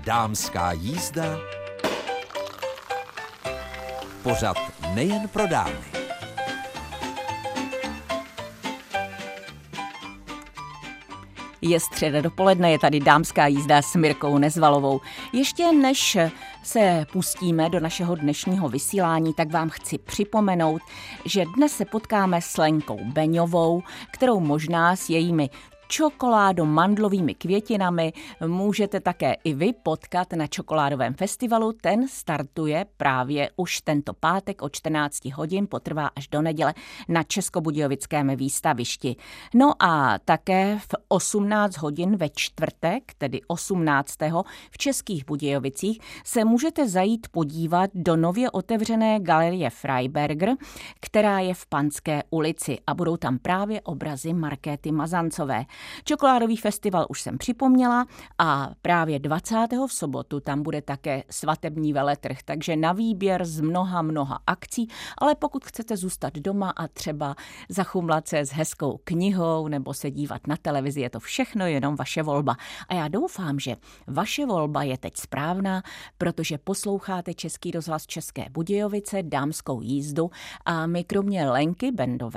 Dámská jízda, pořad nejen pro dámy. Je středa dopoledne, je tady Dámská jízda s Mirkou Nezvalovou. Ještě než se pustíme do našeho dnešního vysílání, tak vám chci připomenout, že dnes se potkáme s Lenkou Beňovou, kterou možná s jejími čokoládo-mandlovými květinami můžete také i vy potkat na čokoládovém festivalu. Ten startuje právě už tento pátek od 14 hodin, potrvá až do neděle na Českobudějovickém výstavišti. No a také v 18 hodin ve čtvrtek, tedy 18. v Českých Budějovicích, se můžete zajít podívat do nově otevřené galerie Freiberger, která je v Panské ulici, a budou tam právě obrazy Markéty Mazancové. Čokoládový festival už jsem připomněla a právě 20. v sobotu tam bude také svatební veletrh, takže na výběr z mnoha akcí, ale pokud chcete zůstat doma a třeba zachumlat se s hezkou knihou nebo se dívat na televizi, je to všechno jenom vaše volba. A já doufám, že vaše volba je teď správná, protože posloucháte Český rozhlas České Budějovice, Dámskou jízdu, a my kromě Lenky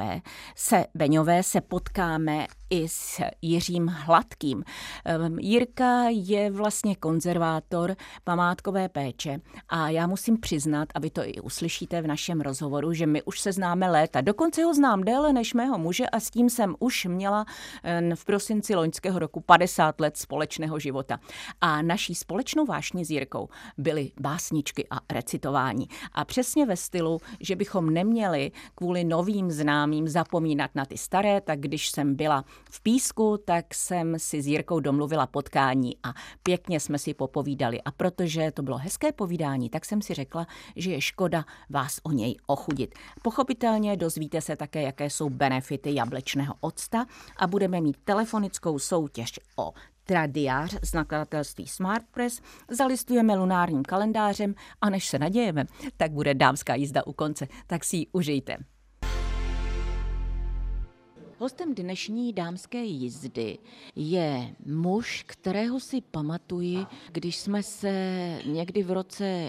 Beňové se potkáme i s Jiřím Hladkým. Jirka je vlastně konzervátor památkové péče a já musím přiznat, a vy to i uslyšíte v našem rozhovoru, že my už se známe léta. Dokonce ho znám déle než mého muže a s tím jsem už měla v prosinci loňského roku 50 let společného života. A naší společnou vášní s Jirkou byly básničky a recitování. A přesně ve stylu, že bychom neměli kvůli novým známým zapomínat na ty staré, tak když jsem byla v Písku, tak jsem si s Jirkou domluvila potkání a pěkně jsme si popovídali. A protože to bylo hezké povídání, tak jsem si řekla, že je škoda vás o něj ochudit. Pochopitelně dozvíte se také, jaké jsou benefity jablečného octa a budeme mít telefonickou soutěž o tradiář z nakladatelství Smart Press, zalistujeme lunárním kalendářem a než se nadějeme, tak bude Dámská jízda u konce, tak si ji užijte. Hostem dnešní dámské jízdy je muž, kterého si pamatuji, když jsme se někdy v roce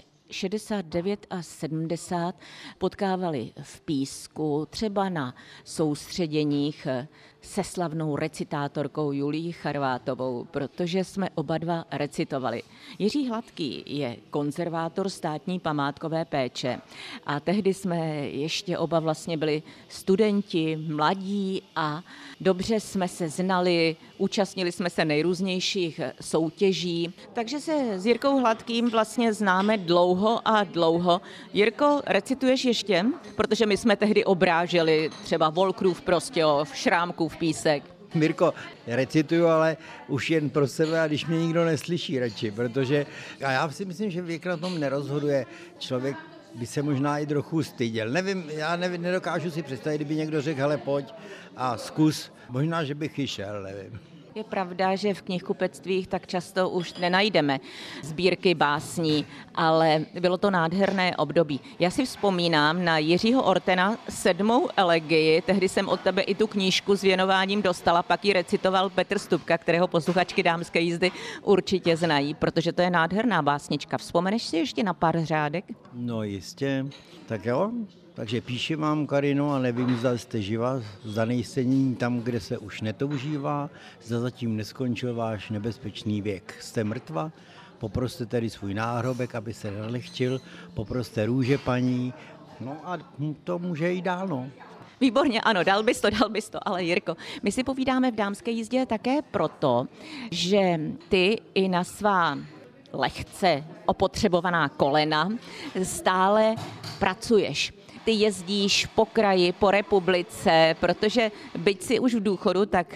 69 a 70 potkávali v Písku, třeba na soustředěních se slavnou recitátorkou Julií Charvátovou, protože jsme oba dva recitovali. Jiří Hladký je konzervátor státní památkové péče a tehdy jsme ještě oba vlastně byli studenti, mladí a dobře jsme se znali, účastnili jsme se nejrůznějších soutěží, takže se s Jirkou Hladkým vlastně známe dlouho. Jirko, recituješ ještě? Protože my jsme tehdy obráželi třeba Volkrův Prostějov, Šrámkův Písek. Mirko, recituju, ale už jen pro sebe a když mě nikdo neslyší radši, protože a já si myslím, že věk na tom nerozhoduje. Člověk by se možná i trochu styděl. Nedokážu si představit, kdyby někdo řekl, hele, pojď a zkus. Možná, že bych i šel, nevím. Je pravda, že v knihkupectvích tak často už nenajdeme sbírky básní, ale bylo to nádherné období. Já si vzpomínám na Jiřího Ortena 7. elegii, tehdy jsem od tebe i tu knížku s věnováním dostala, pak ji recitoval Petr Stupka, kterého posluchačky Dámské jízdy určitě znají, protože to je nádherná básnička. Vzpomeneš si ještě na pár řádek? No jistě, tak jo. Takže píši vám, Karino, a nevím, zda jste živa, zda nejste nyní tam, kde se už netoužívá, zda zatím neskončil váš nebezpečný věk. Jste mrtva? Poproste tedy svůj náhrobek, aby se nelehčil, poproste růže paní, no a to může jít dál, no. Výborně, ano, dal bys to, ale Jirko, my si povídáme v Dámské jízdě také proto, že ty i na svá lehce opotřebovaná kolena stále pracuješ. Ty jezdíš po kraji, po republice, protože byť si už v důchodu, tak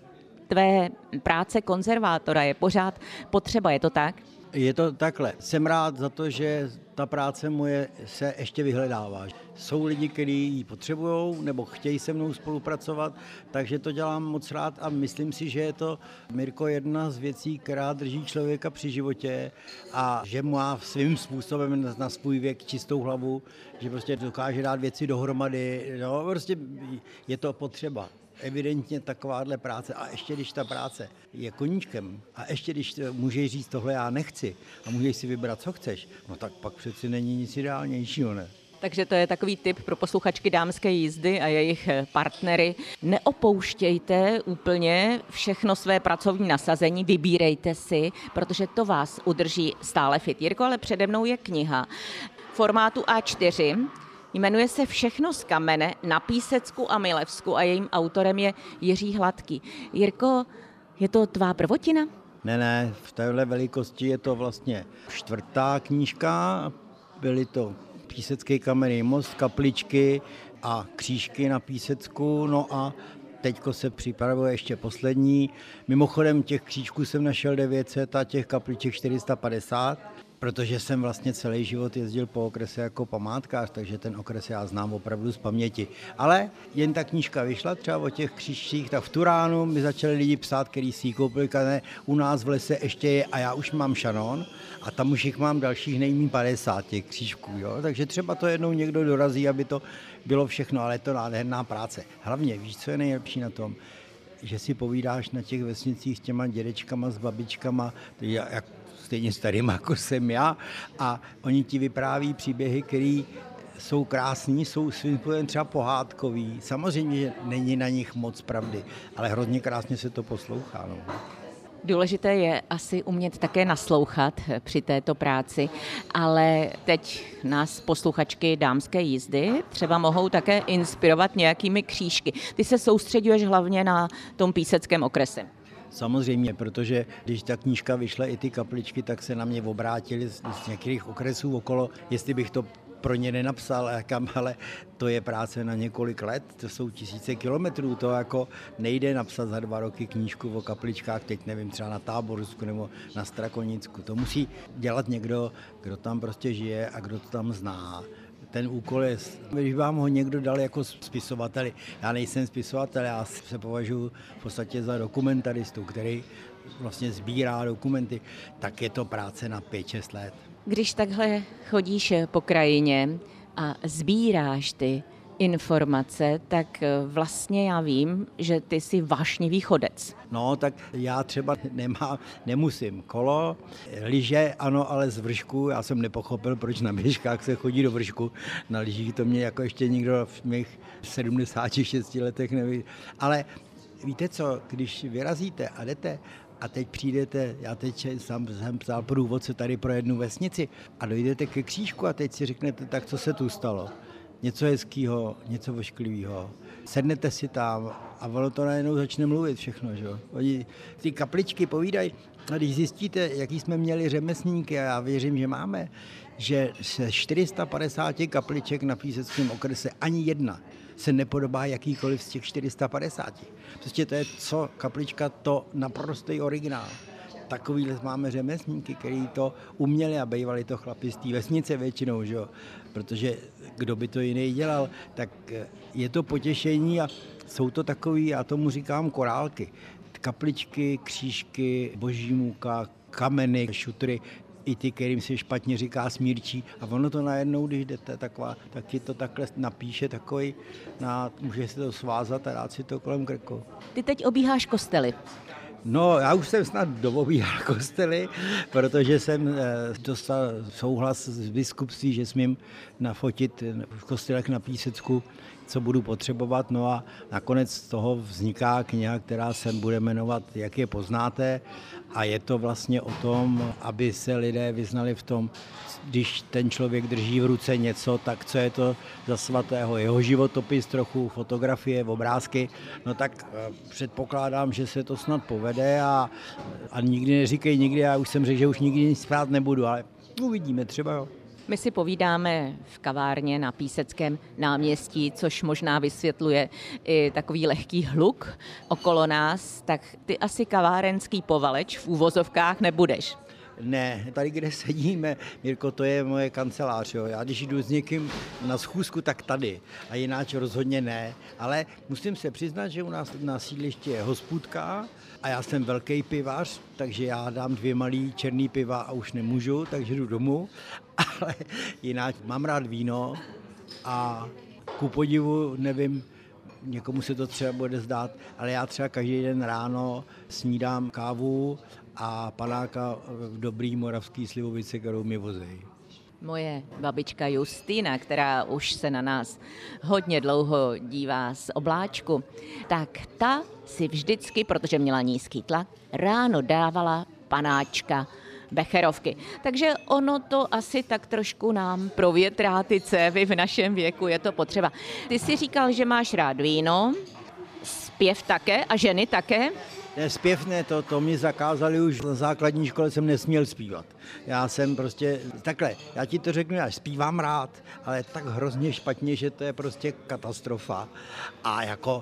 tvé práce konzervátora je pořád potřeba, je to tak? Je to takhle. Jsem rád za to, že ta práce moje se ještě vyhledává. Jsou lidi, kteří ji potřebují nebo chtějí se mnou spolupracovat, takže to dělám moc rád a myslím si, že je to, Mirko, jedna z věcí, která drží člověka při životě a že má svým způsobem na svůj věk čistou hlavu, že prostě dokáže dát věci dohromady. No, prostě je to potřeba. evidentně takováhle práce, a ještě když ta práce je koníčkem, a ještě když můžeš říct, tohle já nechci, a můžeš si vybrat, co chceš, no tak pak přeci není nic ideálnějšího, ne? Takže to je takový tip pro posluchačky dámské jízdy a jejich partnery. Neopouštějte úplně všechno své pracovní nasazení, vybírejte si, protože to vás udrží stále fit. Jirko, ale přede mnou je kniha formátu A4, jmenuje se Všechno z kamene na Písecku a Milevsku a jejím autorem je Jiří Hladký. Jirko, je to tvá prvotina? Ne, v téhle velikosti je to vlastně 4. knížka, byly to Písecký kamenný most, kapličky a křížky na Písecku, no a teďko se připravuje ještě poslední. Mimochodem těch křížků jsem našel 900 a těch kapliček 450, protože jsem vlastně celý život jezdil po okrese jako památkář, takže ten okres já znám opravdu z paměti. Ale jen ta knížka vyšla třeba o těch křížcích, tak v Turánu mi začali lidi psát, který si ji koupili, u nás v lese ještě je a já už mám šanon a tam už jich mám dalších nejméně 50 těch křížků, jo? Takže třeba to jednou někdo dorazí, aby to bylo všechno, ale je to nádherná práce. Hlavně, víš, co je nejlepší na tom? Že si povídáš na těch vesnicích s těma dědečkama, s babičkama, jak stejně starým, jako jsem já, a oni ti vypráví příběhy, které jsou krásní, jsou svým způsobem třeba pohádkový. Samozřejmě, že není na nich moc pravdy, ale hrozně krásně se to poslouchá. No. Důležité je asi umět také naslouchat při této práci, ale teď nás posluchačky dámské jízdy třeba mohou také inspirovat nějakými křížky. Ty se soustředuješ hlavně na tom píseckém okrese. Samozřejmě, protože když ta knížka vyšla i ty kapličky, tak se na mě obrátili z některých okresů okolo, jestli bych to pro ně nenapsal, ale to je práce na několik let, to jsou 1000 kilometrů, to jako nejde napsat za 2 roky knížku o kapličkách, teď nevím, třeba na Táborsku nebo na Strakonicku, to musí dělat někdo, kdo tam prostě žije a kdo to tam zná. Ten úkol je, když vám ho někdo dal jako spisovateli, já nejsem spisovatel, já se považuji v podstatě za dokumentaristu, který vlastně sbírá dokumenty, tak je to práce na 5-6 let. Když takhle chodíš po krajině a sbíráš ty informace, tak vlastně já vím, že ty jsi vášnivý chodec. No, tak já třeba nemusím kolo, lyže ano, ale z vršku, já jsem nepochopil, proč na běžkách se chodí do vršku, na lyžích to mě jako ještě nikdo v mých 76 letech neví, ale víte co, když vyrazíte a jdete, a teď přijdete, já teď jsem psal průvodce tady pro jednu vesnici a dojdete ke křížku a teď si řeknete, tak co se tu stalo? Něco hezkýho, něco vošklivého. Sednete si tam a ono to najednou začne mluvit všechno. Že? Oni ty kapličky povídají, a když zjistíte, jaký jsme měli řemeslníky, a já věřím, že máme, že se 450 kapliček na Píseckém okrese ani jedna se nepodobá jakýkoliv z těch 450. Prostě to je co kaplička, to naprostý originál. Takovýhle máme řemeslníky, který to uměli a bývali to chlapi z té vesnice většinou, že jo? Protože kdo by to jiný dělal, tak je to potěšení a jsou to takový, já tomu říkám korálky. Kapličky, křížky, boží můka, kameny, šutry, i ty, kterým se špatně říká smírčí. A ono to najednou, když jdete taková, taky to takhle napíše takový, může si to svázat a dát si to kolem krku. Ty teď obíháš kostely. No, já už jsem snad doobíhal kostely, protože jsem dostal souhlas z biskupství, že smím nafotit v kostelech na Písecku, co budu potřebovat. No a nakonec z toho vzniká kniha, která se bude jmenovat Jak je poznáte. A je to vlastně o tom, aby se lidé vyznali v tom, když ten člověk drží v ruce něco, tak co je to za svatého. Jeho životopis trochu, fotografie, obrázky, no tak předpokládám, že se to snad povede a nikdy neříkej nikdy, já už jsem řekl, že už nikdy nic psát nebudu, ale uvidíme třeba, jo. My si povídáme v kavárně na Píseckém náměstí, což možná vysvětluje i takový lehký hluk okolo nás, tak ty asi kavárenský povaleč v úvozovkách nebudeš. Ne, tady, kde sedíme, Mirko, to je moje kancelář. Jo. Já když jdu s někým na schůzku, tak tady. A jináč rozhodně ne. Ale musím se přiznat, že u nás na sídlišti je hospůdka a já jsem velký pivař, takže já dám 2 malý černý piva a už nemůžu, takže jdu domů. Ale jinak mám rád víno a ku podivu, nevím, někomu se to třeba bude zdát, ale já třeba každý den ráno snídám kávu a panáka v dobrý moravský slivovice, kterou mi vozejí. Moje babička Justýna, která už se na nás hodně dlouho dívá z obláčku, tak ta si vždycky, protože měla nízký tlak, ráno dávala panáčka becherovky. Takže ono to asi tak trošku nám provětrá ty cévy v našem věku, je to potřeba. Ty jsi říkal, že máš rád víno, zpěv také a ženy také? Ne, zpěv ne, to mi zakázali už na základní škole, jsem nesměl zpívat. Já jsem prostě, takhle, já ti to řeknu, já zpívám rád, ale tak hrozně špatně, že to je prostě katastrofa. A jako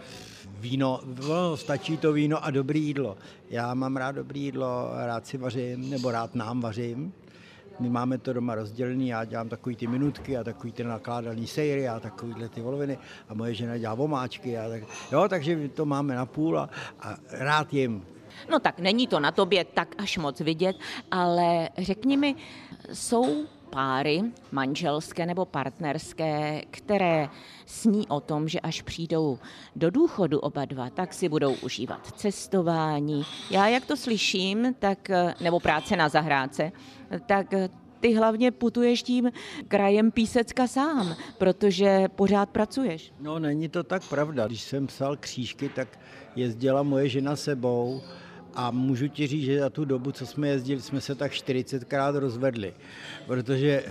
víno, stačí to víno a dobrý jídlo. Já mám rád dobrý jídlo, rád si vařím, nebo rád nám vařím. My máme to doma rozdělený, já dělám takový ty minutky a takový ty nakládaný sejry a takovýhle ty voloviny a moje žena dělá omáčky. Takže to máme na půl a rád jim. No tak není to na tobě tak až moc vidět, ale řekni mi, jsou páry manželské nebo partnerské, které sní o tom, že až přijdou do důchodu oba dva, tak si budou užívat cestování. Já jak to slyším, tak, nebo práce na zahrádce, tak ty hlavně putuješ tím krajem Písecka sám, protože pořád pracuješ. No, není to tak pravda. Když jsem psal křížky, tak jezdila moje žena sebou a můžu ti říct, že za tu dobu, co jsme jezdili, jsme se tak 40krát rozvedli, protože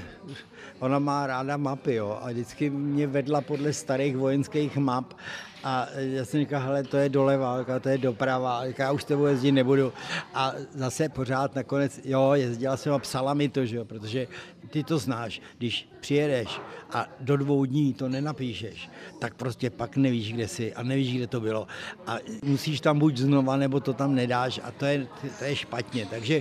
ona má ráda mapy, jo, a vždycky mě vedla podle starých vojenských map a já jsem říkal, hele, to je doleva, to je doprava, já už s tebou jezdit nebudu. A zase pořád nakonec, jo, jezdila jsem a psala mi to, že jo, protože ty to znáš, když přijedeš a do 2 dní to nenapíšeš, tak prostě pak nevíš, kde jsi a nevíš, kde to bylo. A musíš tam buď znova, nebo to tam nedáš a to je špatně. Takže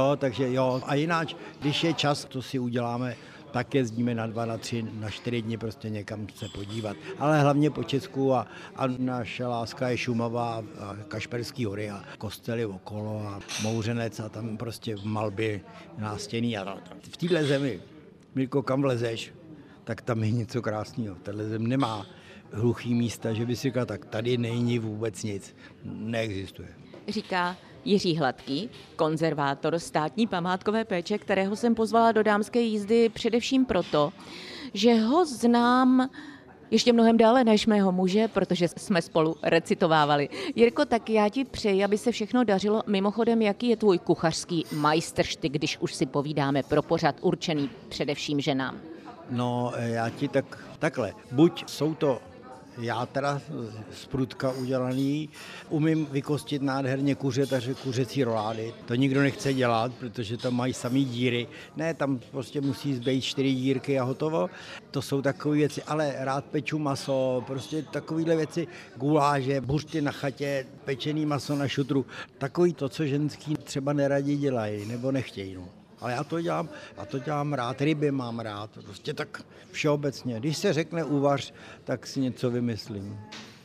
jo. A jináč, když je čas, to si uděláme, tak jezdíme na 2, na 3, na 4 dny prostě někam se podívat. Ale hlavně po Česku a naše láska je Šumava a Kašperský hory a kostely okolo a Mouřenec a tam prostě malby nástěný. A v téhle zemi, Mirko, kam vlezeš, tak tam je něco krásného. Tahle zem nemá hluchý místa, že by si říkal, tak tady není vůbec nic. Neexistuje. Říká Jiří Hladký, konzervátor státní památkové péče, kterého jsem pozvala do dámské jízdy především proto, že ho znám ještě mnohem dále než mého muže, protože jsme spolu recitovávali. Jirko, tak já ti přeji, aby se všechno dařilo. Mimochodem, jaký je tvůj kuchařský majstrštyk, když už si povídáme pro pořad určený především ženám? No, já ti takhle. Buď jsou to já teda z prudka udělaný, umím vykostit nádherně kuřecí rolády. To nikdo nechce dělat, protože tam mají samý díry. Ne, tam prostě musí zbejt 4 dírky a hotovo. To jsou takové věci, ale rád peču maso, prostě takovéhle věci, guláže, buřty na chatě, pečený maso na šutru. Takový to, co ženský třeba neradi dělají nebo nechtějí. No. Ale já to dělám rád, ryby mám rád, prostě tak všeobecně. Když se řekne uvař, tak si něco vymyslím.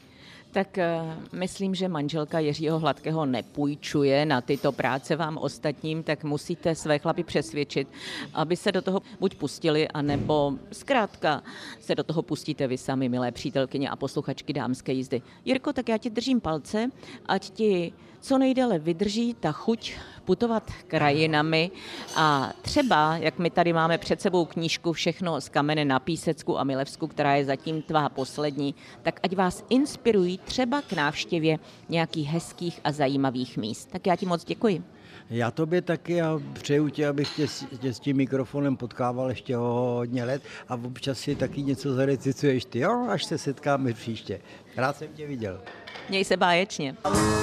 Tak myslím, že manželka Jiřího Hladkého nepůjčuje na tyto práce vám ostatním, tak musíte své chlapy přesvědčit, aby se do toho buď pustili, anebo zkrátka se do toho pustíte vy sami, milé přítelkyně a posluchačky dámské jízdy. Jirko, tak já ti držím palce, ať ti co nejdéle vydrží ta chuť putovat krajinami a třeba, jak my tady máme před sebou knížku Všechno z kamene na Písecku a Milevsku, která je zatím tvá poslední, tak ať vás inspirují třeba k návštěvě nějakých hezkých a zajímavých míst. Tak já ti moc děkuji. Já tobě taky a přeju tě, abych tě s tím mikrofonem potkával ještě hodně let a občas si taky něco zarecituješ ty, jo, až se setkáme příště. Rád jsem tě viděl. Měj se báječně.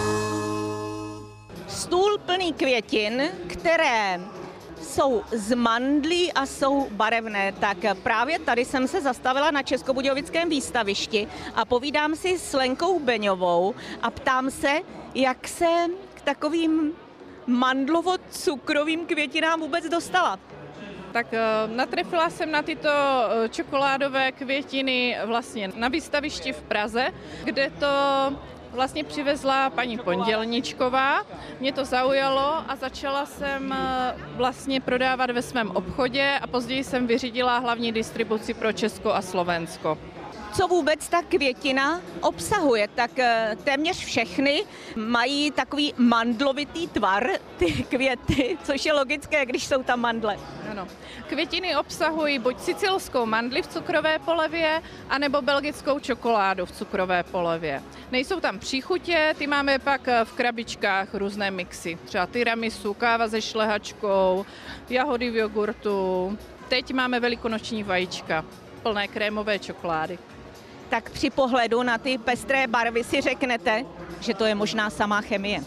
Stůl plný květin, které jsou z mandlí a jsou barevné, tak právě tady jsem se zastavila na Českobudějovickém výstavišti a povídám si s Lenkou Beňovou a ptám se, jak se k takovým mandlovo-cukrovým květinám vůbec dostala. Tak natrefila jsem na tyto čokoládové květiny vlastně na výstavišti v Praze, kde to vlastně přivezla paní Pondělničková. Mě to zaujalo a začala jsem vlastně prodávat ve svém obchodě a později jsem vyřídila hlavní distribuci pro Česko a Slovensko. Co vůbec ta květina obsahuje? Tak téměř všechny mají takový mandlovitý tvar, ty květy, což je logické, když jsou tam mandle. Ano. Květiny obsahují buď sicilskou mandli v cukrové polevě, anebo belgickou čokoládu v cukrové polevě. Nejsou tam příchutě, ty máme pak v krabičkách různé mixy. Třeba tiramisu, káva se šlehačkou, jahody v jogurtu. Teď máme velikonoční vajíčka, plné krémové čokolády. Tak při pohledu na ty pestré barvy si řeknete, že to je možná samá chemie.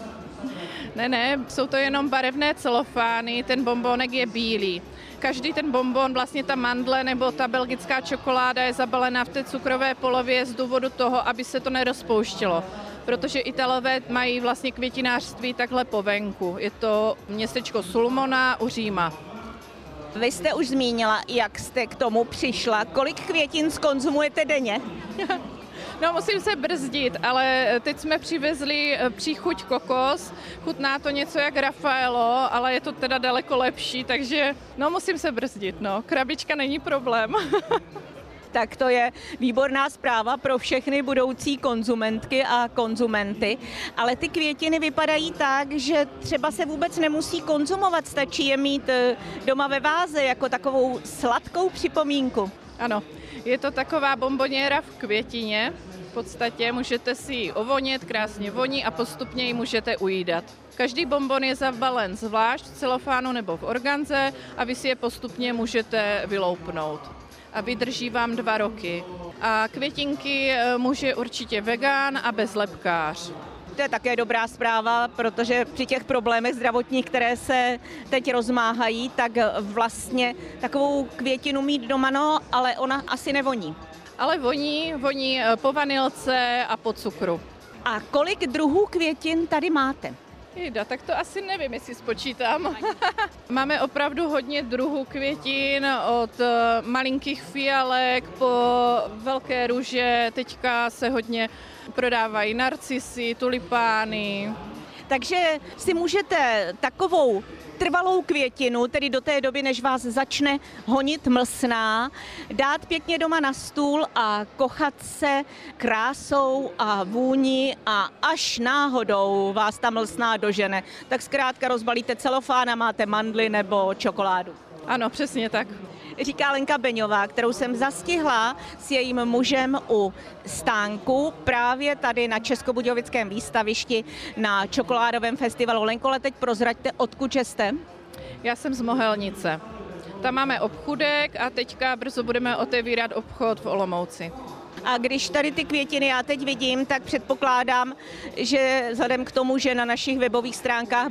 Ne, jsou to jenom barevné celofány, ten bonbonek je bílý. Každý ten bonbon, vlastně ta mandle nebo ta belgická čokoláda je zabalená v té cukrové polově z důvodu toho, aby se to nerozpouštělo. Protože Italové mají vlastně květinářství takhle po venku. Je to městečko Sulmona u Říma. Vy jste už zmínila, jak jste k tomu přišla. Kolik květin zkonzumujete denně? No, musím se brzdit, ale teď jsme přivezli příchuť kokos. Chutná to něco jak Raffaello, ale je to teda daleko lepší, takže musím se brzdit, Krabička není problém. Tak to je výborná zpráva pro všechny budoucí konzumentky a konzumenty. Ale ty květiny vypadají tak, že třeba se vůbec nemusí konzumovat, stačí je mít doma ve váze jako takovou sladkou připomínku. Ano, je to taková bonboniéra v květině. V podstatě můžete si ji ovonět, krásně voní a postupně ji můžete ujídat. Každý bonbon je zabalen zvlášť v celofánu nebo v organze a vy si je postupně můžete vyloupnout. A vydrží vám 2 roky. A květinky může určitě vegán a bezlepkář. To je také dobrá zpráva, protože při těch problémech zdravotních, které se teď rozmáhají, tak vlastně takovou květinu mít doma, ale ona asi nevoní. Ale voní po vanilce a po cukru. A kolik druhů květin tady máte? Tak to asi nevím, jestli spočítám. Máme opravdu hodně druhů květin, od malinkých fialek po velké růže, teďka se hodně prodávají narcisy, tulipány. Takže si můžete takovou trvalou květinu, tedy do té doby, než vás začne honit mlsná, dát pěkně doma na stůl a kochat se krásou a vůní a až náhodou vás ta mlsná dožene, tak zkrátka rozbalíte celofán a máte mandly nebo čokoládu. Ano, přesně tak. Říká Lenka Beňová, kterou jsem zastihla s jejím mužem u stánku právě tady na Českobudějovickém výstavišti na čokoládovém festivalu. Lenko, ale teď prozraďte, odkud jste? Já jsem z Mohelnice. Tam máme obchůdek a teďka brzo budeme otevírat obchod v Olomouci. A když tady ty květiny já teď vidím, tak předpokládám, že vzhledem k tomu, že na našich webových stránkách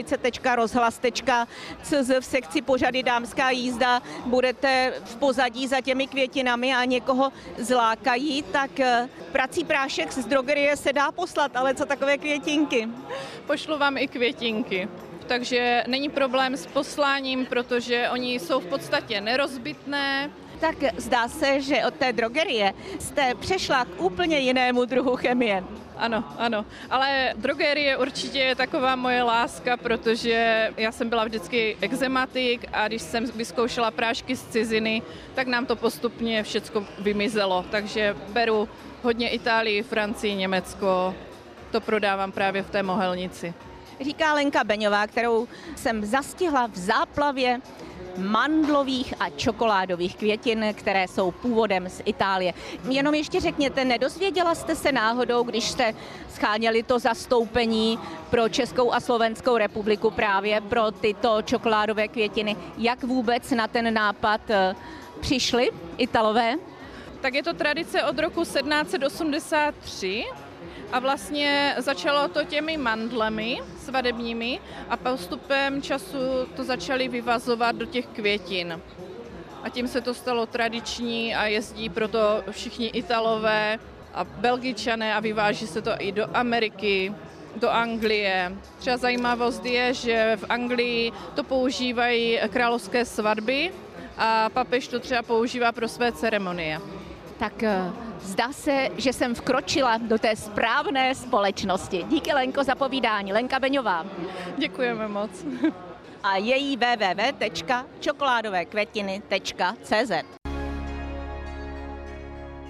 budějovice.rozhlas.cz v sekci pořady Dámská jízda budete v pozadí za těmi květinami a někoho zlákají, tak prací prášek z drogerie se dá poslat, ale co takové květinky? Pošlu vám i květinky. Takže není problém s posláním, protože oni jsou v podstatě nerozbitné. Tak zdá se, že od té drogerie jste přešla k úplně jinému druhu chemie. Ano, ale drogerie je určitě taková moje láska, protože já jsem byla vždycky ekzematik a když jsem vyzkoušela prášky z ciziny, tak nám to postupně všecko vymizelo. Takže beru hodně Itálii, Francii, Německo, to prodávám právě v té Mohelnici. Říká Lenka Beňová, kterou jsem zastihla v záplavě mandlových a čokoládových květin, které jsou původem z Itálie. Jenom ještě řekněte, nedozvěděla jste se náhodou, když jste scháněli to zastoupení pro Českou a Slovenskou republiku právě pro tyto čokoládové květiny, jak vůbec na ten nápad přišli Italové? Tak je to tradice od roku 1783 a vlastně začalo to těmi mandlemi svadebními a postupem času to začali vyvazovat do těch květin. A tím se to stalo tradiční a jezdí proto všichni Italové a Belgičané a vyváží se to i do Ameriky, do Anglie. Třeba zajímavost je, že v Anglii to používají královské svatby a papež to třeba používá pro své ceremonie. Tak zdá se, že jsem vkročila do té správné společnosti. Díky, Lenko, za povídání. Lenka Beňová. Děkujeme moc. A její www.čokoládovekvětiny.cz.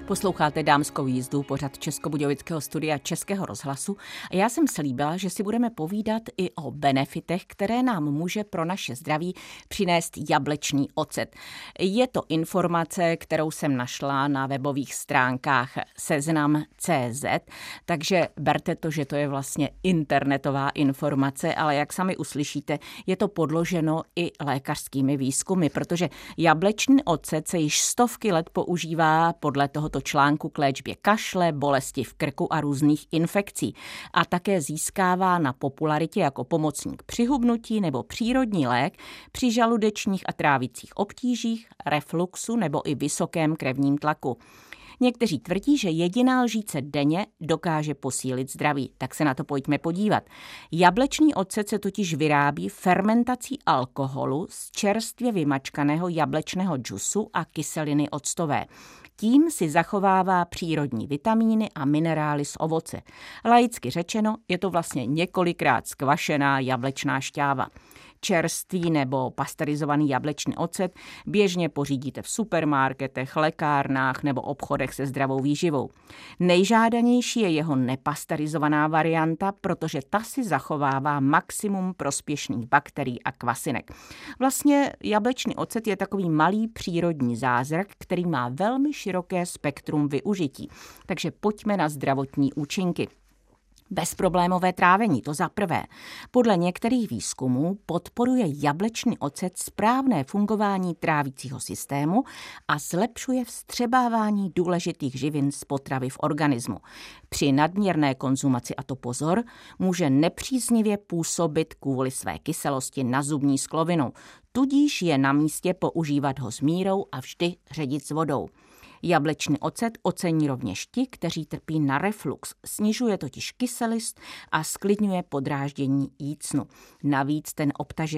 Posloucháte Dámskou jízdu, pořad Českobudějovického studia Českého rozhlasu a já jsem slíbila, že si budeme povídat i o benefitech, které nám může pro naše zdraví přinést jablečný ocet. Je to informace, kterou jsem našla na webových stránkách seznam.cz, takže berte to, že to je vlastně internetová informace, ale jak sami uslyšíte, je to podloženo i lékařskými výzkumy, protože jablečný ocet se již stovky let používá podle tohoto článku k léčbě kašle, bolesti v krku a různých infekcí a také získává na popularitě jako pomocník při hubnutí nebo přírodní lék při žaludečních a trávicích obtížích, refluxu nebo i vysokém krevním tlaku. Někteří tvrdí, že jediná lžíce denně dokáže posílit zdraví, tak se na to pojďme podívat. Jablečný ocet se totiž vyrábí fermentací alkoholu z čerstvě vymačkaného jablečného džusu a kyseliny octové. Tím si zachovává přírodní vitamíny a minerály z ovoce. Laicky řečeno, je to vlastně několikrát zkvašená jablečná šťáva. Čerstvý nebo pasterizovaný jablečný ocet běžně pořídíte v supermarketech, lékárnách nebo obchodech se zdravou výživou. Nejžádanější je jeho nepasterizovaná varianta, protože ta si zachovává maximum prospěšných bakterií a kvasinek. Vlastně jablečný ocet je takový malý přírodní zázrak, který má velmi široké spektrum využití. Takže pojďme na zdravotní účinky. Bezproblémové trávení, to za prvé. Podle některých výzkumů podporuje jablečný ocet správné fungování trávicího systému a zlepšuje vstřebávání důležitých živin z potravy v organismu. Při nadměrné konzumaci, a to pozor, může nepříznivě působit kvůli své kyselosti na zubní sklovinu. Tudíž je na místě používat ho s mírou a vždy ředit s vodou. Jablečný ocet ocení rovněž ti, kteří trpí na reflux. Snižuje totiž kyselost a zklidňuje podráždění jícnu. Navíc ten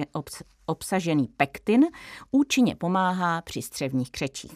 obsažený pektin účinně pomáhá při střevních křečích.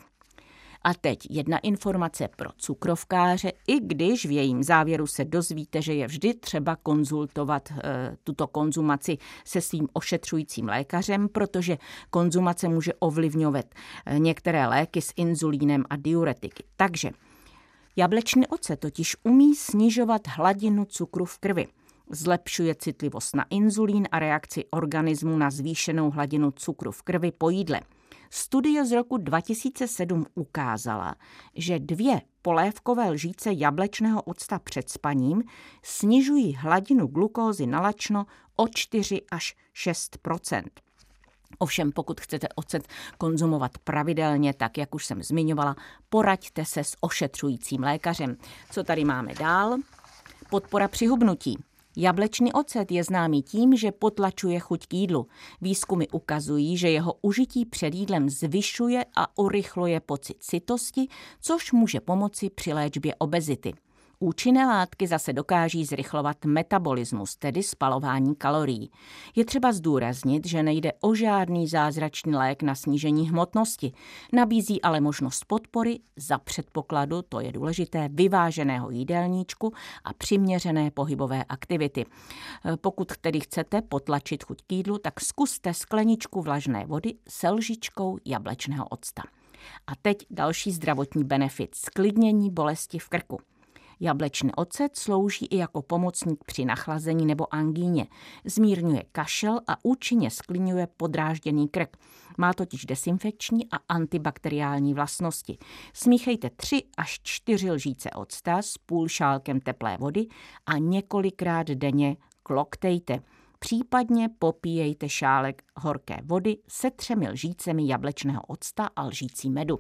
A teď jedna informace pro cukrovkáře, i když v jejím závěru se dozvíte, že je vždy třeba konzultovat tuto konzumaci se svým ošetřujícím lékařem, protože konzumace může ovlivňovat některé léky s inzulínem a diuretiky. Takže jablečný ocet totiž umí snižovat hladinu cukru v krvi. Zlepšuje citlivost na inzulín a reakci organismu na zvýšenou hladinu cukru v krvi po jídle. Studie z roku 2007 ukázala, že 2 polévkové lžíce jablečného octa před spaním snižují hladinu glukózy na lačno o 4 až 6 %. Ovšem, pokud chcete ocet konzumovat pravidelně, tak jak už jsem zmiňovala, poraďte se s ošetřujícím lékařem. Co tady máme dál? Podpora při hubnutí. Jablečný ocet je známý tím, že potlačuje chuť k jídlu. Výzkumy ukazují, že jeho užití před jídlem zvyšuje a urychluje pocit sytosti, což může pomoci při léčbě obezity. Účinné látky zase dokáží zrychlovat metabolismus, tedy spalování kalorií. Je třeba zdůraznit, že nejde o žádný zázračný lék na snížení hmotnosti. Nabízí ale možnost podpory za předpokladu, to je důležité, vyváženého jídelníčku a přiměřené pohybové aktivity. Pokud tedy chcete potlačit chuť k jídlu, tak zkuste skleničku vlažné vody se lžičkou jablečného octa. A teď další zdravotní benefit – zklidnění bolesti v krku. Jablečný ocet slouží i jako pomocník při nachlazení nebo angíně. Zmírňuje kašel a účinně zklidňuje podrážděný krk. Má totiž dezinfekční a antibakteriální vlastnosti. Smíchejte 3 až 4 lžíce octa s půl šálkem teplé vody a několikrát denně kloktejte. Případně popíjejte šálek horké vody se 3 lžícemi jablečného octa a lžící medu.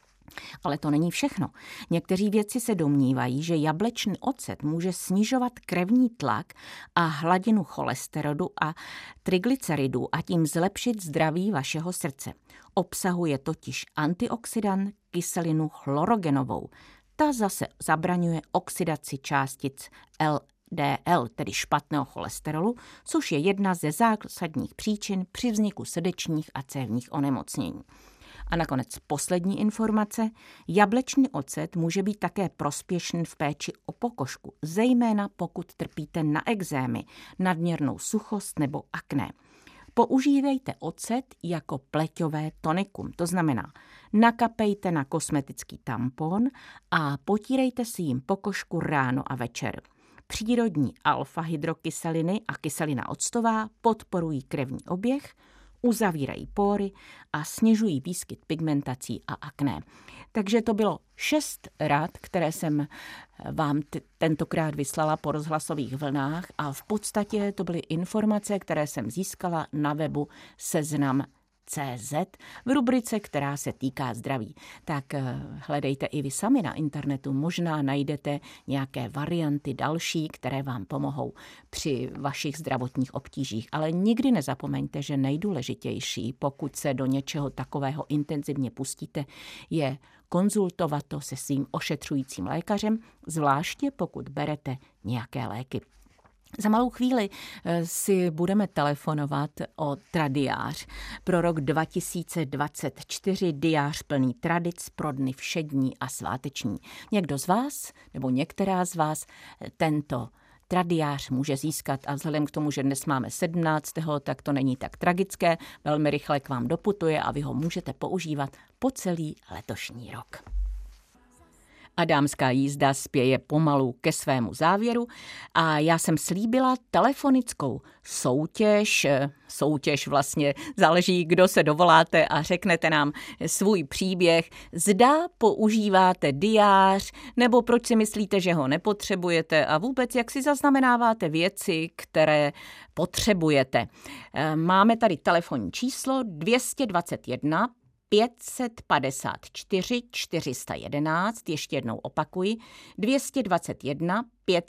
Ale to není všechno. Někteří vědci se domnívají, že jablečný ocet může snižovat krevní tlak a hladinu cholesterolu a triglyceridů a tím zlepšit zdraví vašeho srdce. Obsahuje totiž antioxidant kyselinu chlorogenovou. Ta zase zabraňuje oxidaci částic LDL, tedy špatného cholesterolu, což je jedna ze zásadních příčin při vzniku srdečních a cévních onemocnění. A nakonec poslední informace. Jablečný ocet může být také prospěšný v péči o pokožku, zejména pokud trpíte na ekzémy, nadměrnou suchost nebo akné. Používejte ocet jako pleťové tonikum, to znamená, nakapejte na kosmetický tampon a potírejte si jim pokožku ráno a večer. Přírodní alfa-hydrokyseliny a kyselina octová podporují krevní oběh, uzavírají pory a snižují výskyt pigmentací a akné. Takže to bylo 6 rad, které jsem vám tentokrát vyslala po rozhlasových vlnách a v podstatě to byly informace, které jsem získala na webu Seznam.cz v rubrice, která se týká zdraví. Tak hledejte i vy sami na internetu, možná najdete nějaké varianty další, které vám pomohou při vašich zdravotních obtížích. Ale nikdy nezapomeňte, že nejdůležitější, pokud se do něčeho takového intenzivně pustíte, je konzultovat to se svým ošetřujícím lékařem, zvláště pokud berete nějaké léky. Za malou chvíli si budeme telefonovat o tradiář. Pro rok 2024 diář plný tradic pro dny všední a sváteční. Někdo z vás, nebo některá z vás tento tradiář může získat a vzhledem k tomu, že dnes máme 17., tak to není tak tragické, velmi rychle k vám doputuje a vy ho můžete používat po celý letošní rok. A dámská jízda spěje pomalu ke svému závěru a já jsem slíbila telefonickou soutěž vlastně záleží, kdo se dovoláte a řeknete nám svůj příběh. Zda používáte diář, nebo proč si myslíte, že ho nepotřebujete a vůbec jak si zaznamenáváte věci, které potřebujete. Máme tady telefonní číslo 221 554 411, ještě jednou opakuji, 221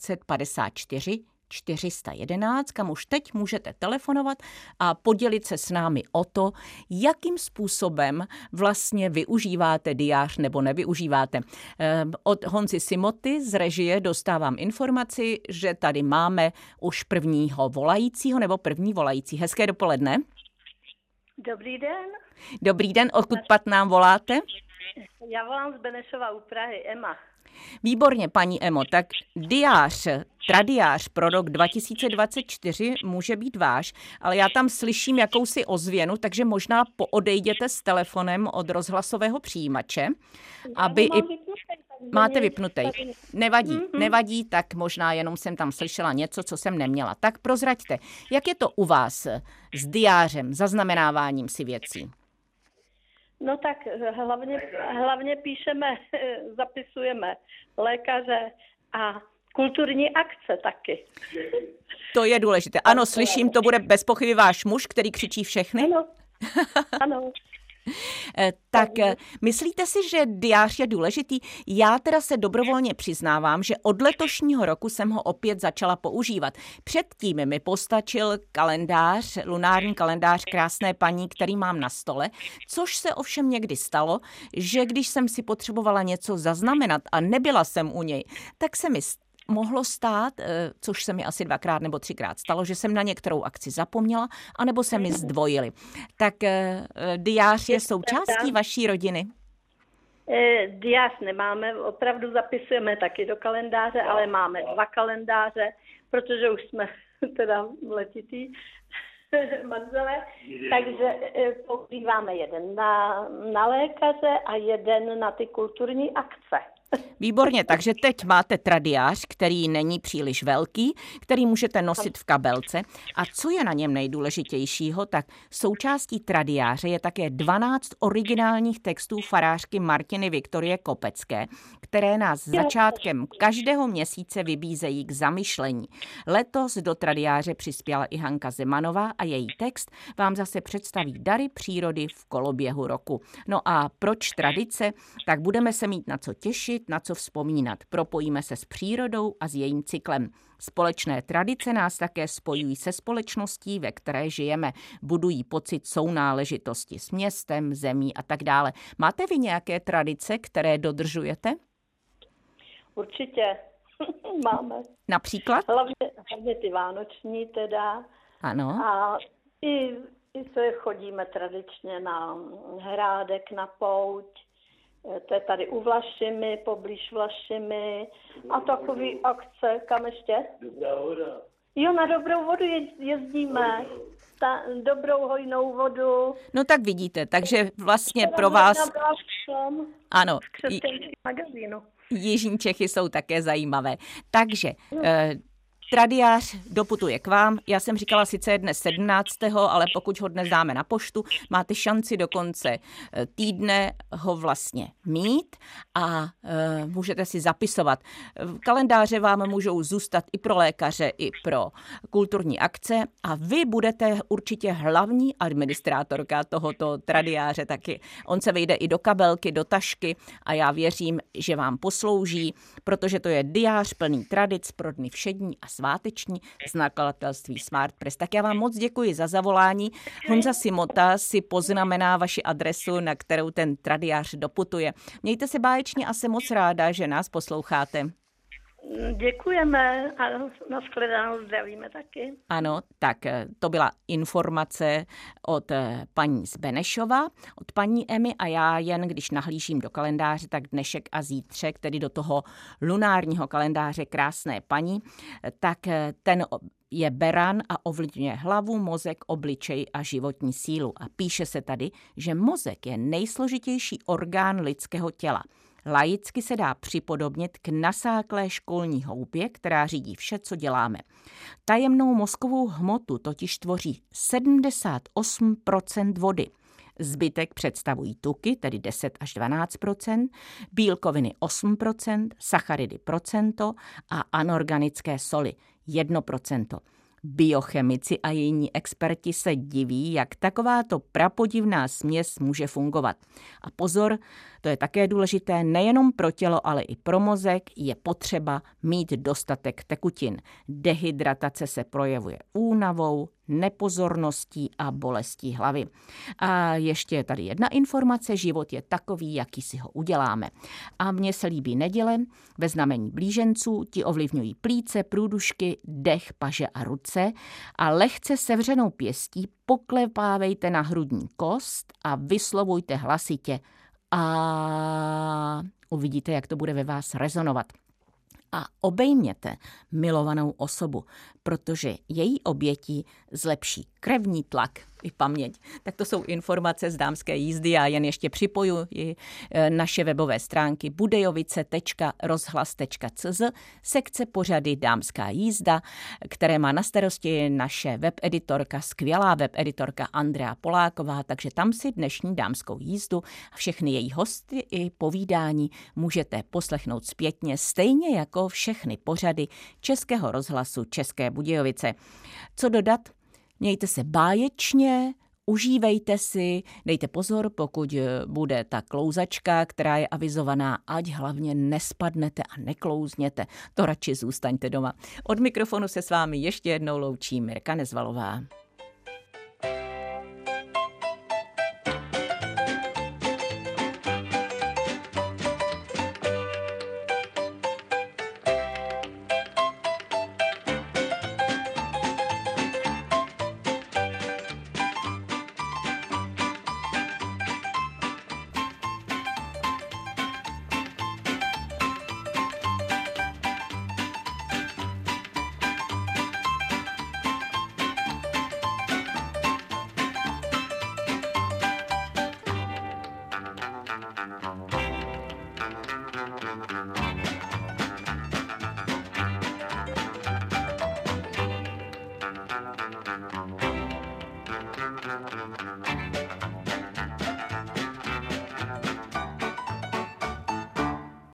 554 411, kam už teď můžete telefonovat a podělit se s námi o to, jakým způsobem vlastně využíváte diář nebo nevyužíváte. Od Honzy Simoty z režie dostávám informaci, že tady máme už prvního volajícího nebo první volající. Hezké dopoledne. Dobrý den. Dobrý den, odkud pak nám voláte? Já volám z Benešova u Prahy, Emma. Výborně, paní Emo, tak tradiář pro rok 2024 může být váš, ale já tam slyším jakousi ozvěnu, takže možná poodejděte s telefonem od rozhlasového přijímače, aby i... Máte vypnutej. Nevadí, tak možná jenom jsem tam slyšela něco, co jsem neměla. Tak prozraďte, jak je to u vás s diářem, zaznamenáváním si věcí? No tak hlavně píšeme, zapisujeme lékaře a kulturní akce taky. To je důležité. Ano, slyším, to bude bez pochyby váš muž, který křičí všechny? Ano. Tak myslíte si, že diář je důležitý? Já teda se dobrovolně přiznávám, že od letošního roku jsem ho opět začala používat. Předtím mi postačil kalendář, lunární kalendář krásné paní, který mám na stole, což se ovšem někdy stalo, že když jsem si potřebovala něco zaznamenat a nebyla jsem u něj, tak se mi mohlo stát, což se mi asi 2krát nebo 3krát stalo, že jsem na některou akci zapomněla, anebo se mi zdvojily. Tak diář je součástí vaší rodiny? Diář nemáme, opravdu zapisujeme taky do kalendáře, ale máme 2 kalendáře, protože už jsme teda letitý manželé, takže používáme jeden na lékaře a jeden na ty kulturní akce. Výborně, takže teď máte tradiář, který není příliš velký, který můžete nosit v kabelce. A co je na něm nejdůležitějšího, tak součástí tradiáře je také 12 originálních textů farářky Martiny Viktorie Kopecké, které nás začátkem každého měsíce vybízejí k zamyšlení. Letos do tradiáře přispěla i Hanka Zemanová a její text vám zase představí dary přírody v koloběhu roku. No a proč tradice? Tak budeme se mít na co těšit, na co vzpomínat. Propojíme se s přírodou a s jejím cyklem. Společné tradice nás také spojují se společností, ve které žijeme. Budují pocit sounáležitosti s městem, zemí a tak dále. Máte vy nějaké tradice, které dodržujete? Určitě máme. Například? Hlavně ty vánoční teda. Ano. A i se chodíme tradičně na Hrádek, na pouť. To je tady u Vlašimi, poblíž Vlašimi a takový akce, kam ještě? Jo, na dobrou vodu jezdíme. Ta dobrou hojnou vodu. No tak vidíte, takže vlastně pro vás... Ano. Z křesťanských magazínu. Jižní Čechy jsou také zajímavé. Takže tradiář doputuje k vám. Já jsem říkala, sice je dnes 17., ale pokud ho dnes dáme na poštu, máte šanci do konce týdne ho vlastně mít a můžete si zapisovat. Kalendáře vám můžou zůstat i pro lékaře, i pro kulturní akce a vy budete určitě hlavní administrátorka tohoto tradiáře taky. On se vejde i do kabelky, do tašky a já věřím, že vám poslouží, protože to je diář plný tradic pro dny všední a sváteční z nakladatelství Smart Press. Tak já vám moc děkuji za zavolání. Honza Simota si poznamená vaši adresu, na kterou ten tradiář doputuje. Mějte se báječně a jsem moc ráda, že nás posloucháte. Děkujeme a nashledanou, zdravíme taky. Ano, tak to byla informace od paní z Benešova, od paní Emy a já jen, když nahlížím do kalendáře, tak dnešek a zítřek, tedy do toho lunárního kalendáře krásné paní, tak ten je beran a ovlivňuje hlavu, mozek, obličej a životní sílu. A píše se tady, že mozek je nejsložitější orgán lidského těla. Laicky se dá připodobnit k nasáklé školní houbě, která řídí vše, co děláme. Tajemnou mozkovou hmotu totiž tvoří 78% vody. Zbytek představují tuky, tedy 10 až 12%, bílkoviny 8%, sacharidy procento a anorganické soli 1%. Biochemici a jiní experti se diví, jak takováto prapodivná směs může fungovat. A pozor, to je také důležité nejenom pro tělo, ale i pro mozek, je potřeba mít dostatek tekutin. Dehydratace se projevuje únavou, nepozorností a bolestí hlavy. A ještě je tady jedna informace, život je takový, jaký si ho uděláme. A mně se líbí neděle, ve znamení blíženců, ti ovlivňují plíce, průdušky, dech, paže a ruce a lehce sevřenou pěstí poklepávejte na hrudní kost a vyslovujte hlasitě a uvidíte, jak to bude ve vás rezonovat. A obejměte milovanou osobu, protože její obětí zlepší krevní tlak i paměť. Tak to jsou informace z dámské jízdy. Já jen ještě připojuji naše webové stránky budejovice.rozhlas.cz, sekce pořady Dámská jízda, které má na starosti naše webeditorka, skvělá webeditorka Andrea Poláková, takže tam si dnešní dámskou jízdu a všechny její hosty i povídání můžete poslechnout zpětně, stejně jako všechny pořady Českého rozhlasu České Budějovice. Co dodat? Mějte se báječně, užívejte si, dejte pozor, pokud bude ta klouzačka, která je avizovaná, ať hlavně nespadnete a neklouzněte, to radši zůstaňte doma. Od mikrofonu se s vámi ještě jednou loučí Mirka Nezvalová.